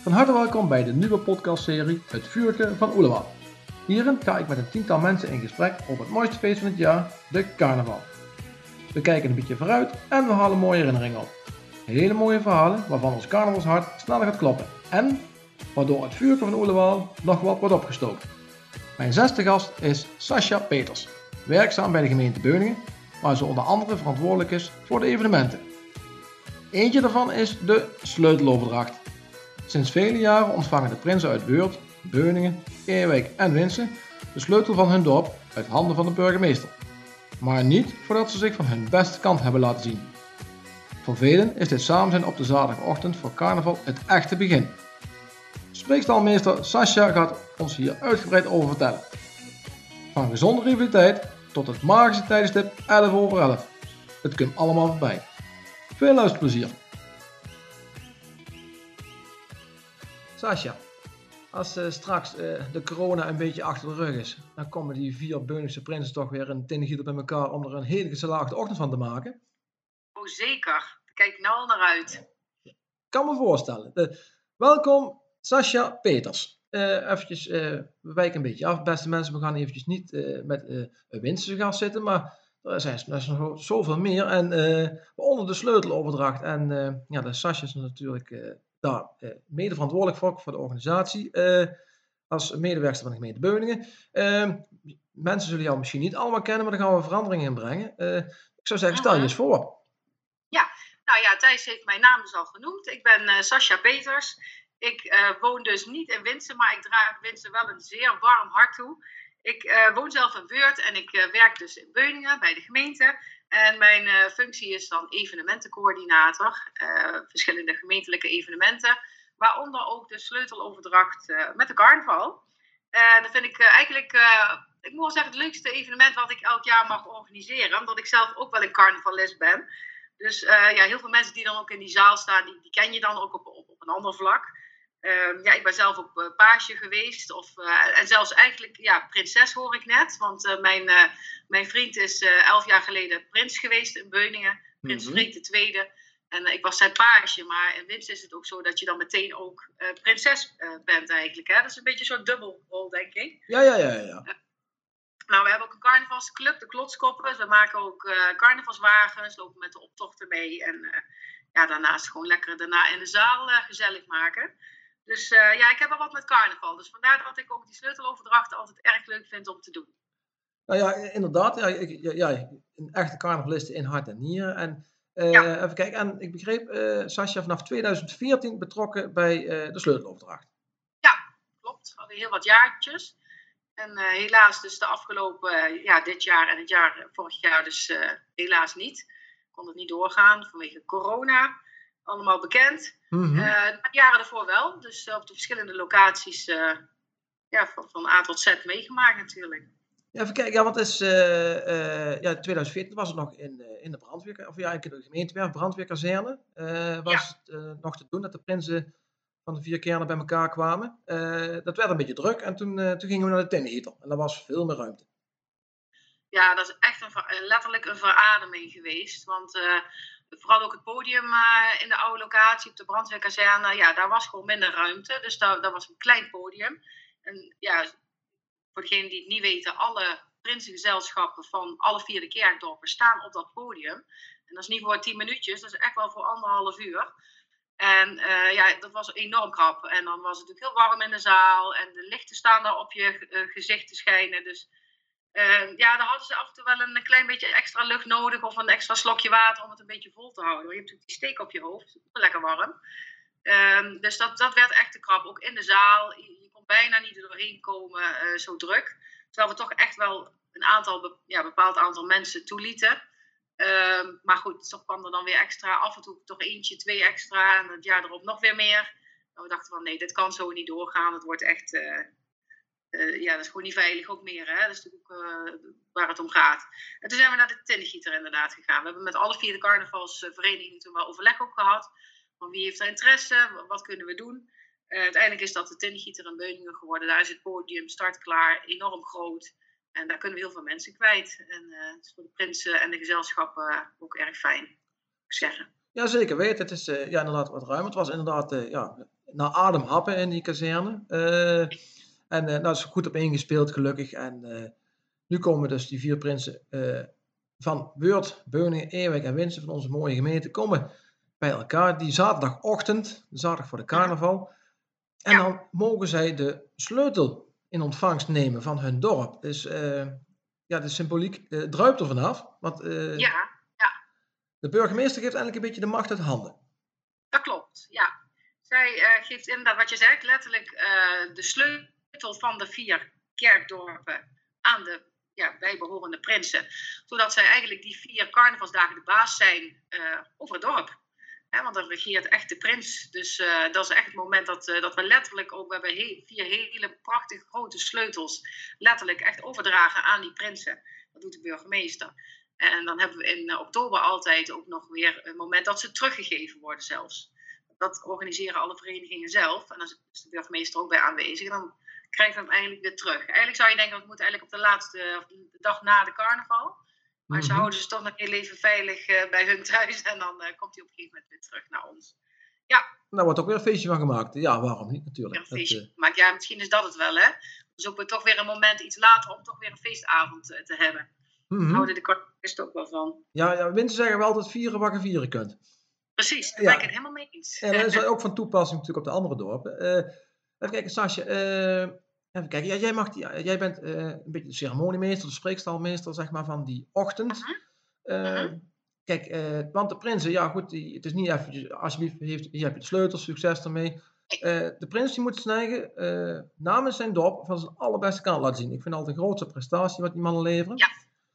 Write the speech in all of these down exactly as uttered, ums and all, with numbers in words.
Van harte welkom bij de nieuwe podcastserie Het Vuurke van Oelewal. Hierin ga ik met een tiental mensen in gesprek over het mooiste feest van het jaar, de carnaval. We kijken een beetje vooruit en we halen mooie herinneringen op. Hele mooie verhalen waarvan ons carnavalshart sneller gaat kloppen. En waardoor het Vuurke van Oelewal nog wat wordt opgestookt. Mijn zesde gast is Sascha Peters, werkzaam bij de gemeente Beuningen, waar ze onder andere verantwoordelijk is voor de evenementen. Eentje daarvan is de sleuteloverdracht. Sinds vele jaren ontvangen de prinsen uit Weurt, Beuningen, Ewijk en Winssen de sleutel van hun dorp uit handen van de burgemeester. Maar niet voordat ze zich van hun beste kant hebben laten zien. Voor velen is dit samen zijn op de zaterdagochtend voor carnaval het echte begin. Spreekstalmeester Sascha gaat ons hier uitgebreid over vertellen. Van gezonde rivaliteit tot het magische tijdstip elf over elf. Het komt allemaal voorbij. Veel luisterplezier. Sascha, als uh, straks uh, de corona een beetje achter de rug is, dan komen die vier Beuningse prinsen toch weer een tinnengieter bij elkaar om er een hele geslaagde ochtend van te maken? Oh zeker, daar kijk ik nou al naar uit. Ik kan me voorstellen. Uh, welkom Sascha Peters. Uh, eventjes, uh, we wijken een beetje af, beste mensen, we gaan eventjes niet uh, met uh, een Winstse gast zitten, maar er zijn er nog zoveel meer. En uh, onder de sleuteloverdracht, en uh, ja, de Sascha is natuurlijk uh, daar uh, mede verantwoordelijk voor, voor de organisatie, uh, als medewerkster van de gemeente Beuningen. Uh, mensen zullen jou misschien niet allemaal kennen, maar daar gaan we veranderingen in brengen. Uh, ik zou zeggen, stel je eens voor. Ja, nou ja, Thijs heeft mijn naam dus al genoemd. Ik ben uh, Sascha Peters. Ik uh, woon dus niet in Winssen, maar ik draag Winssen wel een zeer warm hart toe. Ik uh, woon zelf in Weurt en ik uh, werk dus in Beuningen bij de gemeente. En mijn uh, functie is dan evenementencoördinator, uh, verschillende gemeentelijke evenementen, waaronder ook de sleuteloverdracht uh, met de carnaval. Uh, dat vind ik uh, eigenlijk, uh, ik moet wel zeggen, het leukste evenement wat ik elk jaar mag organiseren, omdat ik zelf ook wel een carnavalist ben. Dus uh, ja, heel veel mensen die dan ook in die zaal staan, die, die ken je dan ook op, op, op een ander vlak. Uh, ja, ik ben zelf ook uh, paasje geweest. Of, uh, en zelfs eigenlijk, ja, prinses hoor ik net. Want uh, mijn, uh, mijn vriend is uh, elf jaar geleden prins geweest in Beuningen. Prins mm-hmm. Freek de Tweede. En uh, ik was zijn paasje. Maar in Winssen is het ook zo dat je dan meteen ook uh, prinses uh, bent eigenlijk. Hè? Dat is een beetje zo'n dubbelrol, denk ik. Ja, ja, ja, ja. Uh, nou, we hebben ook een carnavalsclub, de Klotskoppen. Dus we maken ook uh, carnavalswagens, lopen met de optochten mee. En uh, ja, daarnaast gewoon lekker daarna in de zaal uh, gezellig maken. Dus uh, ja, ik heb wel wat met carnaval. Dus vandaar dat ik ook die sleuteloverdrachten altijd erg leuk vind om te doen. Nou ja, inderdaad. Ja, ik, ja, een echte carnavalist in hart en nieren. En uh, ja. even kijken. En ik begreep, uh, Sascha, vanaf tweeduizend veertien betrokken bij uh, de sleuteloverdracht. Ja, klopt. Alweer heel wat jaartjes. En uh, helaas dus de afgelopen, uh, ja, dit jaar en het jaar, vorig jaar dus uh, helaas niet. Kon het niet doorgaan vanwege corona. Allemaal bekend. Mm-hmm. Uh, maar jaren ervoor wel. Dus uh, op de verschillende locaties uh, ja, van, van A tot Z meegemaakt natuurlijk. Ja, even kijken. Ja, want het is, uh, uh, ja, tweeduizend veertien was het nog in, uh, in de brandweer, of ja, in de gemeentewerf, brandweerkazerne. Uh, was ja. het uh, nog te doen dat de prinsen van de vier kernen bij elkaar kwamen. Uh, dat werd een beetje druk en toen, uh, toen gingen we naar de tinnengieter. En daar was veel meer ruimte. Ja, dat is echt een, letterlijk een verademing geweest. Want uh, vooral ook het podium uh, in de oude locatie op de brandweerkazerne, ja, daar was gewoon minder ruimte. Dus daar, daar was een klein podium. En ja, voor degenen die het niet weten, alle prinsengezelschappen van alle vier de kerkdorpen staan op dat podium. En dat is niet voor tien minuutjes, dat is echt wel voor anderhalf uur. En uh, ja, dat was enorm krap. En dan was het natuurlijk heel warm in de zaal. En de lichten staan daar op je uh, gezicht te schijnen. Dus uh, ja, daar hadden ze af en toe wel een klein beetje extra lucht nodig. Of een extra slokje water om het een beetje vol te houden. Want je hebt natuurlijk die steek op je hoofd. Lekker warm. Um, dus dat, dat werd echt te krap. Ook in de zaal. Je, je kon bijna niet er doorheen komen. Uh, zo druk. Terwijl we toch echt wel een aantal, ja, bepaald aantal mensen toelieten. Um, maar goed, toch kwam er dan weer extra, af en toe toch eentje, twee extra en het jaar erop nog weer meer. En we dachten van nee, dit kan zo niet doorgaan. Het wordt echt, uh, uh, ja, dat is gewoon niet veilig ook meer. Hè? Dat is natuurlijk ook uh, waar het om gaat. En toen zijn we naar de tinnengieter inderdaad gegaan. We hebben met alle vier de carnavalsverenigingen toen wel overleg ook gehad. Van wie heeft er interesse, wat kunnen we doen. Uh, uiteindelijk is dat de tinnengieter in Beuningen geworden. Daar is het podium startklaar, enorm groot. En daar kunnen we heel veel mensen kwijt. En uh, het is voor de prinsen en de gezelschappen uh, ook erg fijn, moet ik zeggen. Ja, zeker weten. Het is uh, ja, inderdaad wat ruim. Het was inderdaad uh, ja, naar adem happen in die kazerne. Uh, en uh, nou is goed op ingespeeld, gelukkig. En uh, nu komen dus die vier prinsen uh, van Weurt, Beuningen, Ewijk en Winsen van onze mooie gemeente komen bij elkaar. Die zaterdagochtend, de zaterdag voor de carnaval. En ja. dan mogen zij de sleutel in ontvangst nemen van hun dorp. Dus uh, ja, de symboliek uh, druipt er vanaf. Want uh, ja, ja. de burgemeester geeft eigenlijk een beetje de macht uit handen. Dat klopt, ja. Zij uh, geeft inderdaad, wat je zegt, letterlijk uh, de sleutel van de vier kerkdorpen aan de ja, bijbehorende prinsen. Zodat zij eigenlijk die vier carnavalsdagen de baas zijn uh, over het dorp. He, want dan regeert echt de prins. Dus uh, dat is echt het moment dat, uh, dat we letterlijk ook, we hebben he- vier hele prachtige grote sleutels, letterlijk echt overdragen aan die prinsen. Dat doet de burgemeester. En dan hebben we in uh, oktober altijd ook nog weer een moment dat ze teruggegeven worden zelfs. Dat organiseren alle verenigingen zelf. En dan is de burgemeester ook bij aanwezig. En dan krijgen we hem eigenlijk weer terug. Eigenlijk zou je denken, dat moet eigenlijk op de laatste of de dag na de carnaval. Maar mm-hmm. ze houden ze toch nog heel even veilig uh, bij hun thuis. En dan uh, komt hij op een gegeven moment weer terug naar ons. Ja. Nou wordt ook weer een feestje van gemaakt. Ja, waarom niet natuurlijk. Weer een feestje dat, uh... gemaakt. Ja, misschien is dat het wel, hè. Dus ook weer toch weer een moment iets later om toch weer een feestavond uh, te hebben. Mm-hmm. Daar houden de carnavalisten ook wel van. Ja, ja, mensen zeggen wel dat vieren wat je vieren kunt. Precies, daar ja. ben ik het helemaal mee eens. En dat is ook van toepassing natuurlijk op de andere dorpen. Uh, even kijken, Sasje. Uh, even kijken, ja, jij, mag die, ja, jij bent uh, een beetje de ceremoniemeester, de spreekstalmeester zeg maar, van die ochtend. Uh-huh. Uh, uh-huh. Kijk, uh, want de prinsen, ja goed, die, het is niet even, alsjeblieft, heeft, hier heb je de sleutels, succes ermee. Uh, de prins die moet snijden uh, namens zijn dorp van zijn allerbeste kant laten zien. Ik vind het altijd de grootste prestatie wat die mannen leveren. Ja.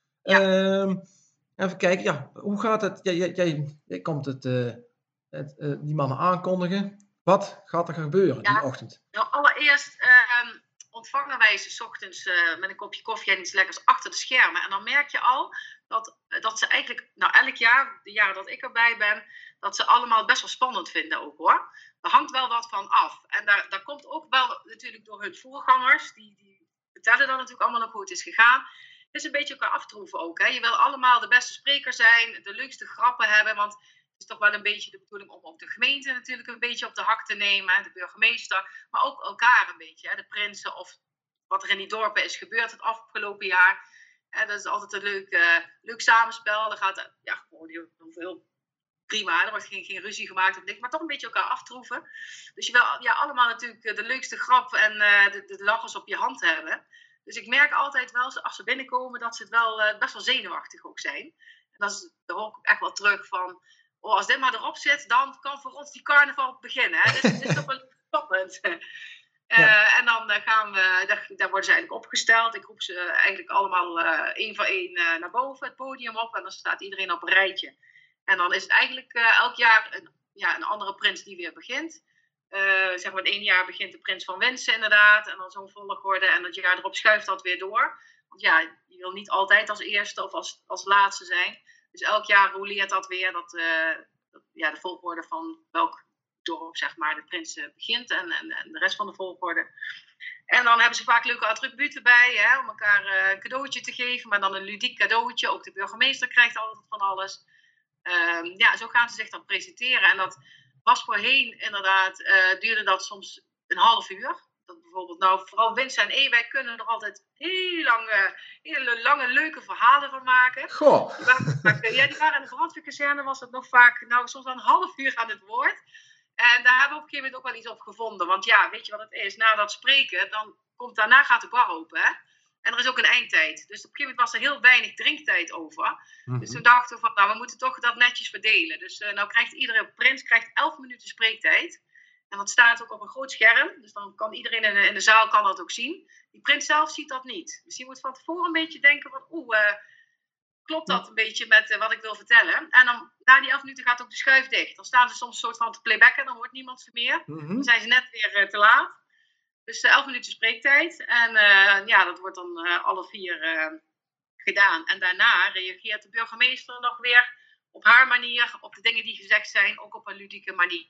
Ja. Uh, even kijken, ja, hoe gaat het? Jij, jij, jij, jij komt het, uh, het uh, die mannen aankondigen. Wat gaat er gebeuren ja. die ochtend? Nou, allereerst uh, ontvangen wij ze 's ochtends uh, met een kopje koffie en iets lekkers achter de schermen. En dan merk je al dat, dat ze eigenlijk, nou elk jaar, de jaren dat ik erbij ben, dat ze allemaal best wel spannend vinden ook hoor. Er hangt wel wat van af. En daar, daar komt ook wel natuurlijk door hun voorgangers, die, die vertellen dan natuurlijk allemaal nog hoe het is gegaan. Het is een beetje elkaar aftroeven ook. Hè. Je wil allemaal de beste spreker zijn, de leukste grappen hebben, want het is toch wel een beetje de bedoeling om ook de gemeente natuurlijk een beetje op de hak te nemen, de burgemeester, maar ook elkaar een beetje, hè, de prinsen of wat er in die dorpen is gebeurd het afgelopen jaar. Hè, dat is altijd een leuk, uh, leuk samenspel. Er gaat ja, gewoon heel, heel veel prima, er wordt geen, geen ruzie gemaakt of niks, maar toch een beetje elkaar aftroeven. Dus je wil ja, allemaal natuurlijk de leukste grap en uh, de, de lachers op je hand hebben. Dus ik merk altijd wel, als ze binnenkomen, dat ze het wel uh, best wel zenuwachtig ook zijn. En dat is, daar hoor ik ook echt wel terug van, oh, als dit maar erop zit, dan kan voor ons die carnaval beginnen. Hè? Dus het is toch wel spannend. Uh, ja. En dan uh, gaan we, daar, daar worden ze eigenlijk opgesteld. Ik roep ze eigenlijk allemaal uh, één voor één uh, naar boven, het podium op. En dan staat iedereen op een rijtje. En dan is het eigenlijk uh, elk jaar een, ja, een andere prins die weer begint. Uh, zeg maar het ene jaar begint de prins van Winsen inderdaad. En dan zo'n volgorde. En het jaar erop schuift dat weer door. Want ja, je wil niet altijd als eerste of als, als laatste zijn. Dus elk jaar roleert dat weer. Dat, uh, dat ja, de volgorde van welk dorp zeg maar de prins uh, begint. En, en, en de rest van de volgorde. En dan hebben ze vaak leuke attributen bij. Hè, om elkaar uh, een cadeautje te geven. Maar dan een ludiek cadeautje. Ook de burgemeester krijgt altijd van alles. Um, ja, zo gaan ze zich dan presenteren. En dat was voorheen inderdaad, uh, duurde dat soms een half uur. Dat bijvoorbeeld, nou, vooral Winsen en Ewijk kunnen er altijd heel lange, hele lange, leuke verhalen van maken. Goh. Die waren vaak, ja, die waren in de brandweerkazerne, was het nog vaak, nou, soms wel een half uur aan het woord. En daar hebben we op een gegeven moment ook wel iets op gevonden. Want ja, weet je wat het is? Na dat spreken, dan komt daarna gaat de bar open, hè? En er is ook een eindtijd. Dus op een gegeven moment was er heel weinig drinktijd over. Mm-hmm. Dus toen dachten we van, nou, we moeten toch dat netjes verdelen. Dus uh, nou krijgt iedere prins krijgt elf minuten spreektijd. En dat staat ook op een groot scherm. Dus dan kan iedereen in de, in de zaal kan dat ook zien. Die prins zelf ziet dat niet. Dus die moet van tevoren een beetje denken van, oeh, uh, klopt dat een beetje met uh, wat ik wil vertellen? En dan, na die elf minuten gaat ook de schuif dicht. Dan staan ze soms een soort van te playbacken. Dan hoort niemand ze meer. Mm-hmm. Dan zijn ze net weer uh, te laat. Dus uh, elf minuten spreektijd. En uh, ja, dat wordt dan uh, alle vier uh, gedaan. En daarna reageert de burgemeester nog weer op haar manier, op de dingen die gezegd zijn, ook op een ludieke manier.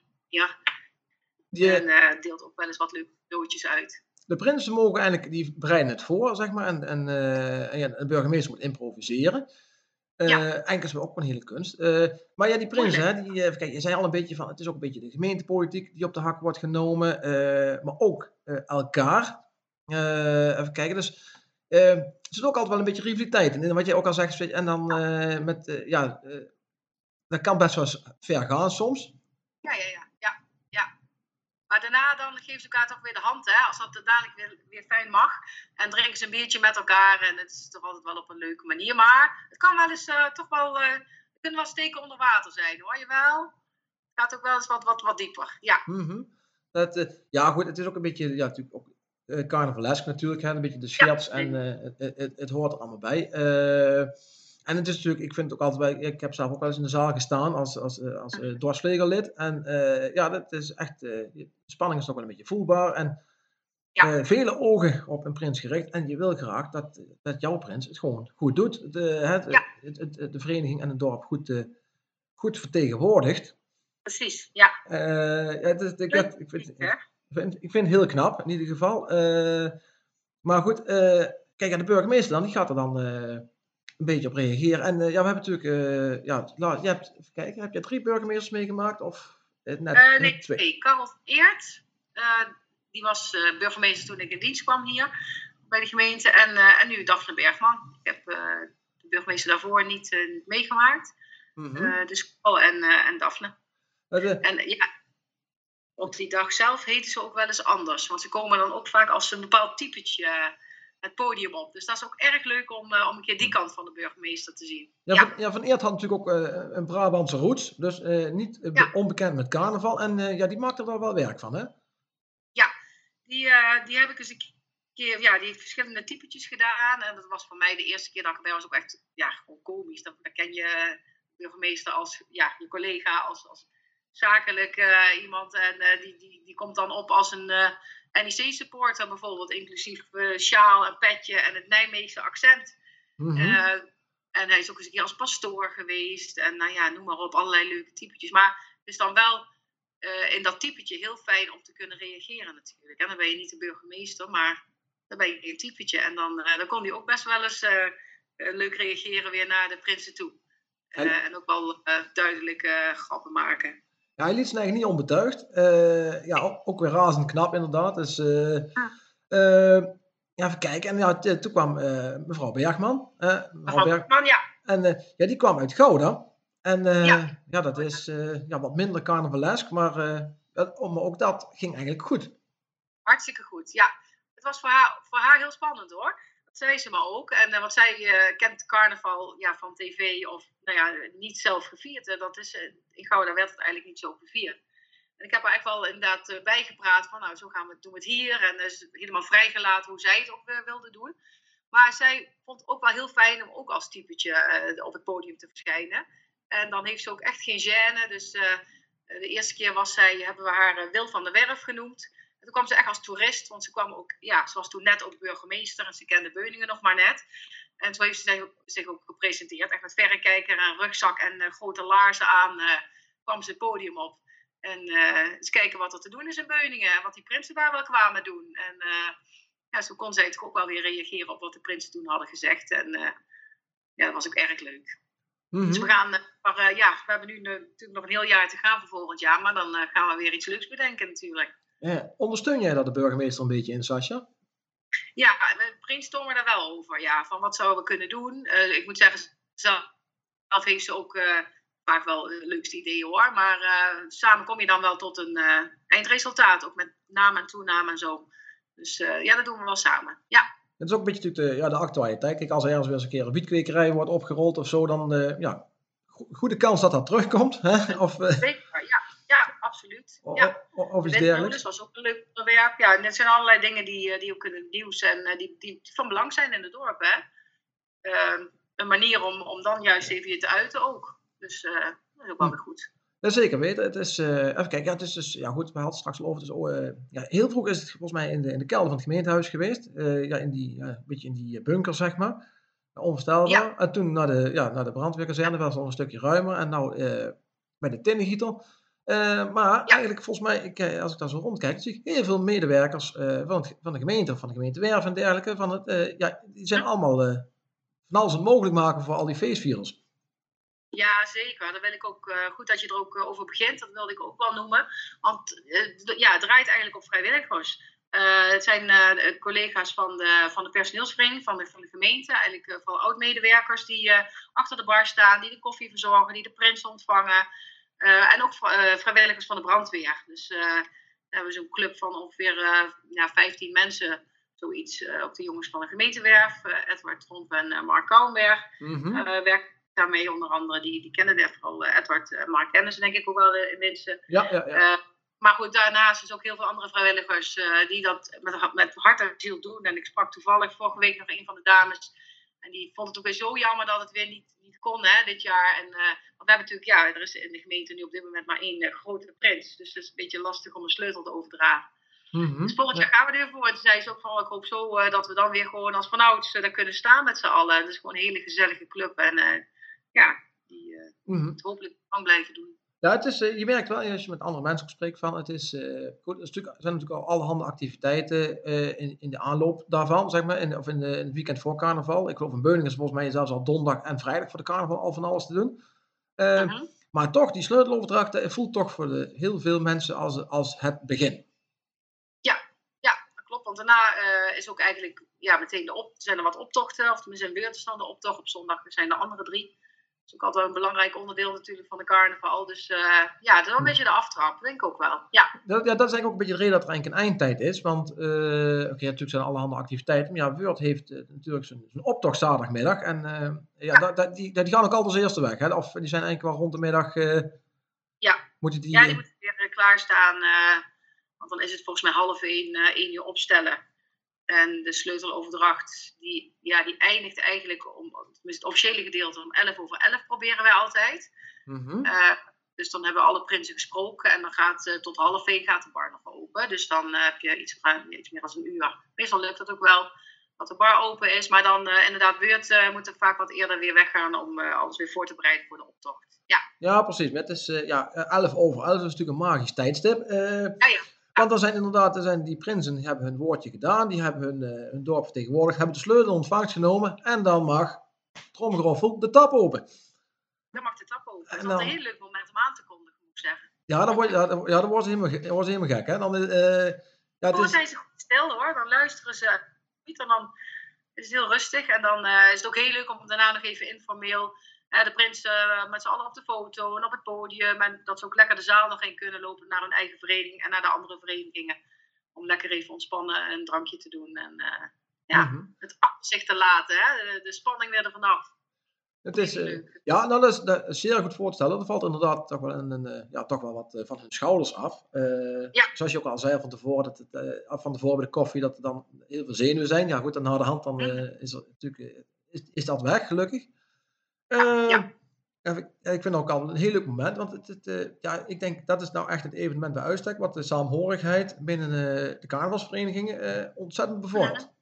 Die, en uh, deelt ook wel eens wat leuke cadeautjes uit. De prinsen mogen eigenlijk, die bereiden het voor, zeg maar. En, en, uh, en ja, de burgemeester moet improviseren. Uh, Ja. eigenlijk is het ook een hele kunst. Uh, maar ja, die prins, hè, die, uh, kijk, je zei al een beetje van, het is ook een beetje de gemeentepolitiek die op de hak wordt genomen, uh, maar ook uh, elkaar. Uh, even kijken, dus uh, er zit ook altijd wel een beetje rivaliteit in, wat jij ook al zegt, en dan uh, met, uh, ja, uh, dat kan best wel eens ver gaan soms. Ja, ja, ja, ja, ja. Maar daarna dan geven ze elkaar toch weer de hand, hè, als dat dadelijk weer, weer fijn mag. En drinken ze een biertje met elkaar en het is toch altijd wel op een leuke manier. Maar het kan wel eens uh, toch wel, uh, het kunnen wel steken onder water zijn, hoor je wel. Het gaat ook wel eens wat, wat, wat dieper, ja. Mm-hmm. Dat, uh, ja, goed, het is ook een beetje, ja, natuurlijk ook uh, carnavalesk natuurlijk, hè, een beetje de scherts ja, en uh, het, het, het hoort er allemaal bij. Uh, En het is natuurlijk, ik vind het ook altijd, ik heb zelf ook wel eens in de zaal gestaan als, als, als uh, dwarslegerlid. En uh, ja, dat is echt, uh, de spanning is nog wel een beetje voelbaar. En ja. uh, vele ogen op een prins gericht. En je wil graag dat, dat jouw prins het gewoon goed doet. De, het, ja. het, het, het, de vereniging en het dorp goed, uh, goed vertegenwoordigt. Precies, ja. Uh, ja dus, ik, dat, ik, vind, ik, vind, ik vind het heel knap, in ieder geval. Uh, maar goed, uh, kijk, en de burgemeester dan, die gaat er dan... Uh, een beetje op reageren. En uh, ja, we hebben natuurlijk, uh, ja, nou, je hebt, even kijken, heb je drie burgemeesters meegemaakt? Of uh, net, uh, nee, net twee? twee. Karel van Eert, uh, die was uh, burgemeester toen ik in dienst kwam hier bij de gemeente. En, uh, en nu Daphne Bergman. Ik heb uh, de burgemeester daarvoor niet, uh, niet meegemaakt. Mm-hmm. uh, dus Karel en, uh, en Daphne. Uh, de... En ja, op die dag zelf heten ze ook wel eens anders. Want ze komen dan ook vaak als een bepaald typetje... Uh, het podium op. Dus dat is ook erg leuk om, uh, om een keer die kant van de burgemeester te zien. Ja, ja. Van, ja, van Eert had natuurlijk ook uh, een Brabantse roots. Dus uh, niet uh, ja. onbekend met carnaval. En uh, ja, die maakt er wel werk van, hè? Ja, die, uh, die heb ik eens een keer... Ja, die heeft verschillende typetjes gedaan. En dat was voor mij de eerste keer dat ik erbij was ook echt... Ja, gewoon komisch. Dan, dan ken je de burgemeester als... Ja, je collega als... als zakelijk uh, iemand. En uh, die, die, die komt dan op als een... Uh, N I C-supporter bijvoorbeeld, inclusief uh, sjaal en petje en het Nijmeegse accent. Mm-hmm. Uh, en hij is ook eens een keer als pastoor geweest. En nou ja, noem maar op, allerlei leuke typetjes. Maar het is dan wel uh, in dat typetje heel fijn om te kunnen reageren natuurlijk. En dan ben je niet de burgemeester, maar dan ben je een typetje. En dan, uh, dan kon hij ook best wel eens uh, uh, leuk reageren weer naar de prinsen toe. Uh, en... en ook wel uh, duidelijke uh, grappen maken. Ja, hij liet zijn eigen niet onbetuigd. Uh, ja, ook, ook weer razend knap inderdaad. Dus, uh, uh, ja, even kijken. En ja, t- toen kwam uh, mevrouw Bergman. Uh, mevrouw Bergman, ja. En uh, ja, die kwam uit Gouda. En uh, ja. ja, dat is uh, ja, wat minder carnavalesk. Maar, uh, maar ook dat ging eigenlijk goed. Hartstikke goed, ja. Het was voor haar, voor haar heel spannend hoor. Dat zei ze maar ook. En uh, wat zij uh, kent carnaval ja, van tv of nou ja, niet zelf gevierd. Uh, dat is, uh, in Gouda werd het eigenlijk niet zo gevierd. En ik heb er echt wel inderdaad uh, bijgepraat van nou zo gaan we, doen we het hier. En is uh, helemaal vrijgelaten hoe zij het ook uh, wilde doen. Maar zij vond het ook wel heel fijn om ook als typetje uh, op het podium te verschijnen. En dan heeft ze ook echt geen gêne. Dus uh, de eerste keer was zij, hebben we haar uh, Wil van der Werf genoemd. Toen kwam ze echt als toerist, want ze kwam ook, ja, ze was toen net ook burgemeester en ze kende Beuningen nog maar net. En toen heeft ze zich ook gepresenteerd, echt met verrekijker en rugzak en uh, grote laarzen aan, uh, kwam ze het podium op. En uh, eens kijken wat er te doen is in Beuningen en wat die prinsen daar wel kwamen doen. En uh, ja, zo kon zij toch ook wel weer reageren op wat de prinsen toen hadden gezegd. En uh, ja, dat was ook erg leuk. Mm-hmm. Dus we gaan, uh, maar uh, ja, we hebben nu uh, natuurlijk nog een heel jaar te gaan voor volgend jaar, maar dan uh, gaan we weer iets leuks bedenken natuurlijk. Ja, ondersteun jij daar de burgemeester een beetje in, Sascha? Ja, we brainstormen daar wel over. Ja, van wat zouden we kunnen doen? Uh, ik moet zeggen, zelf heeft ze ook uh, vaak wel de leukste ideeën hoor. Maar uh, samen kom je dan wel tot een uh, eindresultaat. Ook met naam en toename en zo. Dus uh, ja, dat doen we wel samen. Ja. Het is ook een beetje natuurlijk de, ja, de actualiteit. Kijk, als er ergens weer eens een keer een wietkwekerij wordt opgerold of zo, dan uh, ja, go- goede kans dat dat terugkomt. Hè? Of, uh... Zeker, ja. Ja, absoluut. Ja. Of, of iets dergelijks. Dat was ook een leuk onderwerp. Ja, en het zijn allerlei dingen die, die ook in het nieuws en die, die van belang zijn in het dorp. Hè? Uh, een manier om, om dan juist even je te uiten ook. Dus uh, dat is ook wel weer goed. Ja, zeker weten. Het is, uh, even kijken, ja, het is dus, ja goed, we hadden het straks al over. Dus, oh, uh, ja, heel vroeg is het volgens mij in de, in de kelder van het gemeentehuis geweest. Uh, ja, in die, uh, een beetje in die bunker, zeg maar. Onvoorstelbaar. Ja. En toen naar de, ja, naar de brandweerkazerne, was het al een stukje ruimer. En nou uh, bij de tinnengieter. Uh, maar ja. eigenlijk volgens mij, ik, als ik daar zo rondkijk, zie ik heel veel medewerkers uh, van, het, van de gemeente, van de gemeente Werf en dergelijke. Van het, uh, ja, die zijn allemaal uh, van alles aan het mogelijk maken voor al die feestvierders. Ja, zeker. Dat wil ik ook, uh, goed dat je er ook uh, over begint. Dat wilde ik ook wel noemen. Want uh, ja, het draait eigenlijk op vrijwilligers. Uh, het zijn uh, collega's van de, van de personeelsvereniging, van de, van de gemeente. Eigenlijk uh, vooral oud-medewerkers die uh, achter de bar staan, die de koffie verzorgen, die de prins ontvangen. Uh, en ook uh, vrijwilligers van de brandweer. Dus uh, we hebben zo'n club van ongeveer uh, ja, vijftien mensen. Zoiets. Uh, ook de jongens van de gemeentewerf. Uh, Edward Tromp en uh, Mark Kouwenberg. Mm-hmm. Uh, werken daarmee onder andere. Die, die kennen de, vooral uh, Edward en uh, Mark kennen ze denk ik ook wel uh, in Winsen. Ja, ja, ja. Uh, maar goed, daarnaast is ook heel veel andere vrijwilligers uh, die dat met, met hart en ziel doen. En ik sprak toevallig vorige week nog een van de dames. En die vond het ook weer zo jammer dat het weer niet, niet kon hè, dit jaar. En, uh, want we hebben natuurlijk, ja, er is in de gemeente nu op dit moment maar één uh, grote prins. Dus het is een beetje lastig om een sleutel te overdragen. Mm-hmm. Dus volgend jaar gaan we er weer voor. Toen zei ze ook van, ik hoop zo uh, dat we dan weer gewoon als vanouds uh, daar kunnen staan met z'n allen. Het is gewoon een hele gezellige club. En uh, ja, die uh, mm-hmm. het hopelijk lang blijven doen. Ja, het is, uh, je merkt wel, als je met andere mensen ook spreekt van, het is, uh, goed, het is natuurlijk, er zijn natuurlijk al allerhande activiteiten uh, in, in de aanloop daarvan, zeg maar, in, of in, de, in het weekend voor carnaval. Ik geloof in Beuningen is volgens mij zelfs al donderdag en vrijdag voor de carnaval al van alles te doen. Uh, mm-hmm. Maar toch, die sleuteloverdracht voelt toch voor de, heel veel mensen als, als het begin. Ja, ja, dat klopt. Want daarna uh, is ook eigenlijk ja, meteen de op, zijn er wat optochten, of tenminste in Beurt is dan de optocht. Op zondag zijn er andere drie. Dat is ook altijd een belangrijk onderdeel natuurlijk van de carnaval. Dus uh, ja, het is wel een beetje de aftrap, denk ik ook wel. Ja. Dat, ja, dat is eigenlijk ook een beetje de reden dat er eigenlijk een eindtijd is. Want uh, oké, okay, natuurlijk zijn er allerhande activiteiten. Maar ja, Weurt heeft uh, natuurlijk zijn, zijn optocht zaterdagmiddag. En uh, ja, ja. Da, da, die, die gaan ook altijd als eerste weg. Hè? Of die zijn eigenlijk wel rond de middag... Uh, ja. Moeten die, ja, die moeten weer uh, klaarstaan. Uh, want dan is het volgens mij half één, uh, één uur opstellen. En de sleuteloverdracht, die, ja, die eindigt eigenlijk om, het officiële gedeelte om elf over elf proberen wij altijd. Mm-hmm. Uh, dus dan hebben alle prinsen gesproken en dan gaat uh, tot half één gaat de bar nog open. Dus dan uh, heb je iets, iets meer dan een uur. Meestal lukt dat ook wel dat de bar open is. Maar dan uh, inderdaad Weurt uh, moet er vaak wat eerder weer weggaan om uh, alles weer voor te bereiden voor de optocht. Ja, ja precies. Het is uh, ja, elf over elf is natuurlijk een magisch tijdstip. Uh, ja, ja. Want er zijn inderdaad, er zijn die prinsen die hebben hun woordje gedaan, die hebben hun, uh, hun dorp vertegenwoordigd, hebben de sleutel ontvangst genomen en dan mag, tromgeroffel, de tap open. Dan mag de tap open. Dat is dan... een heel leuk moment om aan te kondigen, moet ik zeggen. Ja, dan wordt, ja, dan, ja, dan wordt ze helemaal, dan wordt ze helemaal gek. Hè? Dan, uh, ja, dan is... zijn ze goed stil hoor, dan luisteren ze niet en dan is het heel rustig. En dan uh, is het ook heel leuk om daarna nog even informeel uh, de prinsen uh, met z'n allen op de foto en op het podium. En dat ze ook lekker de zaal nog heen kunnen lopen naar hun eigen vereniging en naar de andere verenigingen. Om lekker even ontspannen en een drankje te doen. En uh, ja, mm-hmm. het achter zich te laten, hè? De, de spanning weer er vanaf. Het is, uh, ja, nou, dat is, dat is zeer goed voor te stellen. Er valt inderdaad toch wel, een, een, ja, toch wel wat uh, van hun schouders af. Uh, ja. Zoals je ook al zei van tevoren, dat het, uh, van tevoren bij de koffie, dat er dan heel veel zenuwen zijn. Ja goed, dan na de hand dan, uh, is, er, natuurlijk, uh, is, is dat weg, gelukkig. Uh, ja. Ik, ik vind het ook al een heel leuk moment, want het, het, uh, ja, ik denk dat is nou echt het evenement bij uitstek, wat de saamhorigheid binnen uh, de carnavalsverenigingen uh, ontzettend bevordert. Ja.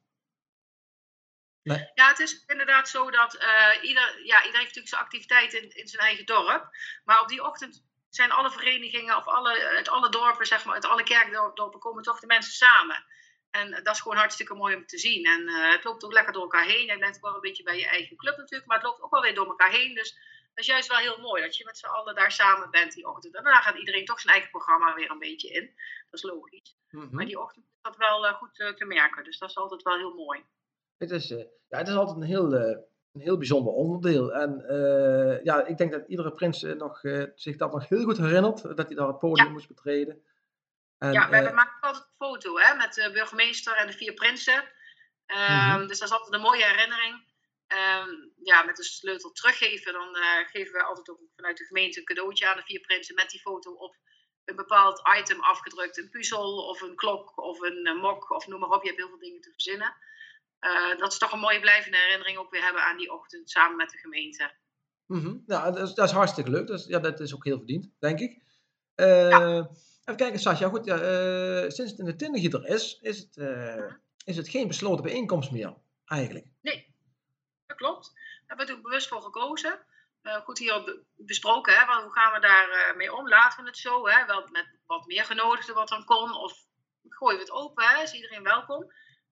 Nee. Ja, het is inderdaad zo dat uh, ieder, ja, ieder heeft natuurlijk zijn activiteit in, in zijn eigen dorp. Maar op die ochtend zijn alle verenigingen of alle, uit alle dorpen, zeg maar, uit alle kerkdorpen komen toch de mensen samen. En dat is gewoon hartstikke mooi om te zien. En uh, het loopt ook lekker door elkaar heen. Je blijft wel een beetje bij je eigen club natuurlijk, maar het loopt ook wel weer door elkaar heen. Dus dat is juist wel heel mooi dat je met z'n allen daar samen bent die ochtend. En daarna gaat iedereen toch zijn eigen programma weer een beetje in. Dat is logisch. Mm-hmm. Maar die ochtend is dat wel uh, goed uh, te merken. Dus dat is altijd wel heel mooi. Het is, uh, ja, het is altijd een heel, uh, een heel bijzonder onderdeel. En uh, ja, ik denk dat iedere prins uh, nog, uh, zich dat nog heel goed herinnert. Dat hij daar het podium ja. moest betreden. En, ja, we uh, maken altijd een foto hè, met de burgemeester en de vier prinsen. Um, mm-hmm. Dus dat is altijd een mooie herinnering. Um, ja, met de sleutel teruggeven. Dan uh, geven we altijd ook vanuit de gemeente een cadeautje aan de vier prinsen met die foto op. Een bepaald item afgedrukt. Een puzzel of een klok of een uh, mok of noem maar op. Je hebt heel veel dingen te verzinnen. Uh, dat is toch een mooie blijvende herinnering ook weer hebben aan die ochtend samen met de gemeente. Mm-hmm. Ja, dat is, dat is hartstikke leuk. Dat is, ja, dat is ook heel verdiend, denk ik. Uh, ja. Even kijken, Sascha. Goed, ja, uh, sinds het in de Tindergieter is, is het, uh, mm-hmm. is het geen besloten bijeenkomst meer, eigenlijk. Nee, dat klopt. Daar hebben we natuurlijk bewust voor gekozen. Uh, goed hier be- besproken, hè, want hoe gaan we daar uh, mee om? Laten we het zo, hè, wel met wat meer genodigden wat dan kon, of gooien we het open, hè, is iedereen welkom.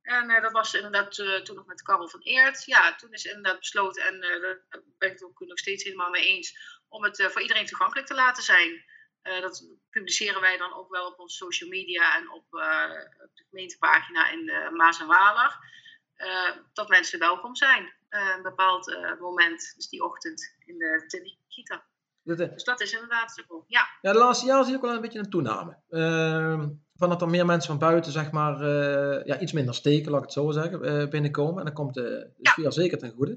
En uh, dat was inderdaad uh, toen nog met Karel van Eert. Ja, toen is inderdaad besloten, en uh, daar ben ik het ook nog steeds helemaal mee eens, om het uh, voor iedereen toegankelijk te laten zijn. Uh, dat publiceren wij dan ook wel op onze social media en op, uh, op de gemeentepagina in de Maas en Waler. Uh, dat mensen welkom zijn. Uh, een bepaald uh, moment, dus die ochtend in de Tilly-Gita. Dus dat is inderdaad zo, ja. Ja, de laatste jaren zie ik wel een beetje een toename. Uh, van dat er meer mensen van buiten, zeg maar, uh, ja, iets minder steken, laat ik het zo zeggen, uh, binnenkomen. En dan komt uh, de sfeer ja. zeker ten goede.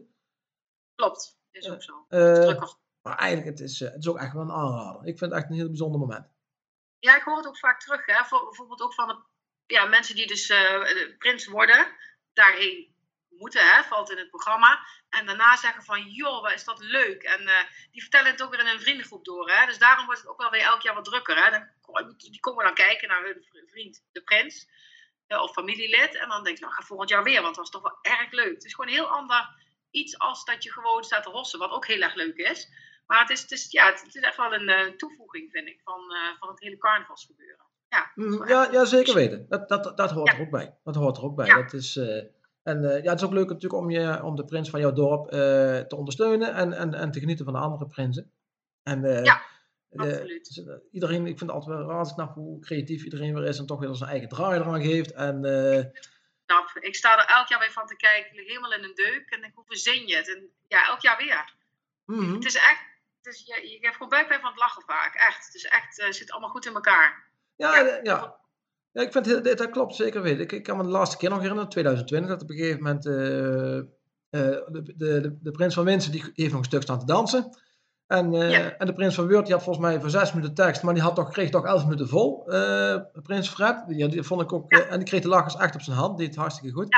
Klopt, is ook zo. Uh, het is drukker. Maar eigenlijk, het is, uh, het is ook echt wel een aanrader. Ik vind het echt een heel bijzonder moment. Ja, ik hoor het ook vaak terug, hè. Voor, bijvoorbeeld ook van de, ja, mensen die dus uh, prins worden, daarheen moeten, hè, valt in het programma. En daarna zeggen van, joh, wat is dat leuk. En uh, die vertellen het ook weer in een vriendengroep door. Hè. Dus daarom wordt het ook wel weer elk jaar wat drukker. Hè. Dan, die komen dan kijken naar hun vriend, de prins. Uh, of familielid. En dan denk je, nou, ga volgend jaar weer. Want dat was toch wel erg leuk. Het is gewoon heel ander iets als dat je gewoon staat te hossen. Wat ook heel erg leuk is. Maar het is, het is, ja, het is echt wel een uh, toevoeging, vind ik, van, uh, van het hele carnavalsgebeuren. Ja, ja, ja, zeker weten. Dat, dat, dat hoort ja. er ook bij. Dat hoort er ook bij. Ja. Dat is... Uh... En uh, ja, het is ook leuk natuurlijk om, je, om de prins van jouw dorp uh, te ondersteunen en, en, en te genieten van de andere prinsen. En, uh, ja, absoluut. Uh, iedereen, ik vind het altijd wel razend knap hoe creatief iedereen weer is en toch weer zijn eigen draai eraan geeft. En, uh, knap. Ik sta er elk jaar weer van te kijken, ik lig helemaal in een deuk en ik hoe verzin je het? En ja, elk jaar weer. Mm-hmm. Het is echt, het is, je, je hebt gewoon buikpijn van het lachen vaak, echt. Het is echt, uh, zit allemaal goed in elkaar. Ja, ja. ja. Ja, ik vind het, dat klopt zeker weten. Ik, ik kan me de laatste keer nog herinneren, twintig twintig, dat op een gegeven moment uh, uh, de, de, de, de prins van Winsen, die heeft nog een stuk staan te dansen. En, uh, ja. en de prins van Weert, die had volgens mij voor zes minuten tekst, maar die had toch, kreeg toch elf minuten vol. Uh, prins Fred, die, die vond ik ook, ja. uh, en die kreeg de lachers echt op zijn hand, die deed het hartstikke goed.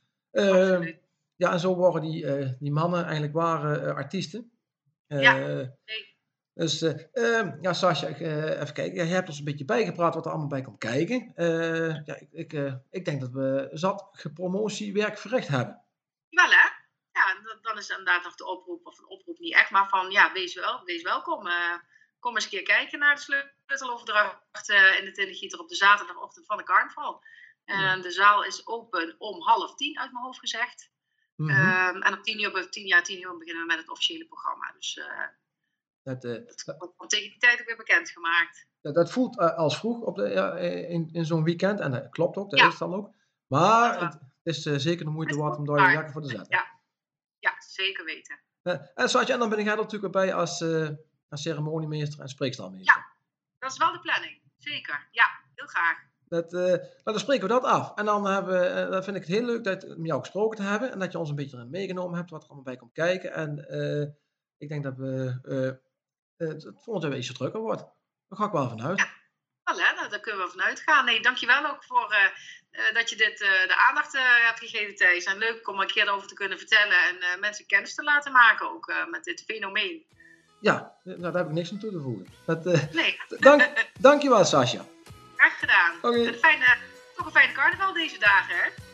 Ja, uh, ja en zo waren die, uh, die mannen eigenlijk ware uh, artiesten. Uh, ja, nee. Dus, uh, uh, ja, Sascha, uh, even kijken. Ja, je hebt ons een beetje bijgepraat wat er allemaal bij komt kijken. Uh, ja, ik, ik, uh, ik denk dat we zat gepromotiewerk verricht hebben. Wel hè? Ja, dan is inderdaad nog de oproep, of een oproep niet echt, maar van ja, wees, wel, wees welkom. Uh, kom eens een keer kijken naar de sleuteloverdracht uh, in de Tilly-Gieter op de zaterdagochtend van de carnaval. Uh, mm. De zaal is open om half tien, uit mijn hoofd gezegd. Mm-hmm. Um, en om tien uur, tien, ja, tien uur beginnen we met het officiële programma. Dus... Uh, Dat, uh, dat wordt tegen die tijd ook weer bekendgemaakt. Dat, dat voelt uh, als vroeg op de, ja, in, in zo'n weekend. En dat klopt ook, dat ja. is dan ook. Maar ja. het is uh, zeker de moeite waard om daar je jakken voor te zetten. Ja, ja zeker weten. Uh, en Sascha, en dan ben ik er natuurlijk bij als, uh, als ceremoniemeester en spreekstaalmeester. Ja, dat is wel de planning. Zeker, ja, heel graag. Dat, uh, nou, dan spreken we dat af. En dan, hebben, uh, dan vind ik het heel leuk dat met jou gesproken te hebben. En dat je ons een beetje erin meegenomen hebt, wat er allemaal bij komt kijken. En uh, ik denk dat we... Uh, Uh, het volgende jaar ietsje drukker wordt. Daar ga ik wel vanuit. Ja, wel, hè? Daar kunnen we vanuit gaan. Nee, dankjewel ook voor uh, uh, dat je dit uh, de aandacht uh, hebt gegeven, Thijs. En leuk om een keer erover te kunnen vertellen en uh, mensen kennis te laten maken ook uh, met dit fenomeen. Ja, nou, daar heb ik niks aan toe te voegen. Dat, uh, nee. Dank, dankjewel, Sascha. Graag gedaan. Okay. Een fijne, toch een fijne carnaval deze dagen, hè?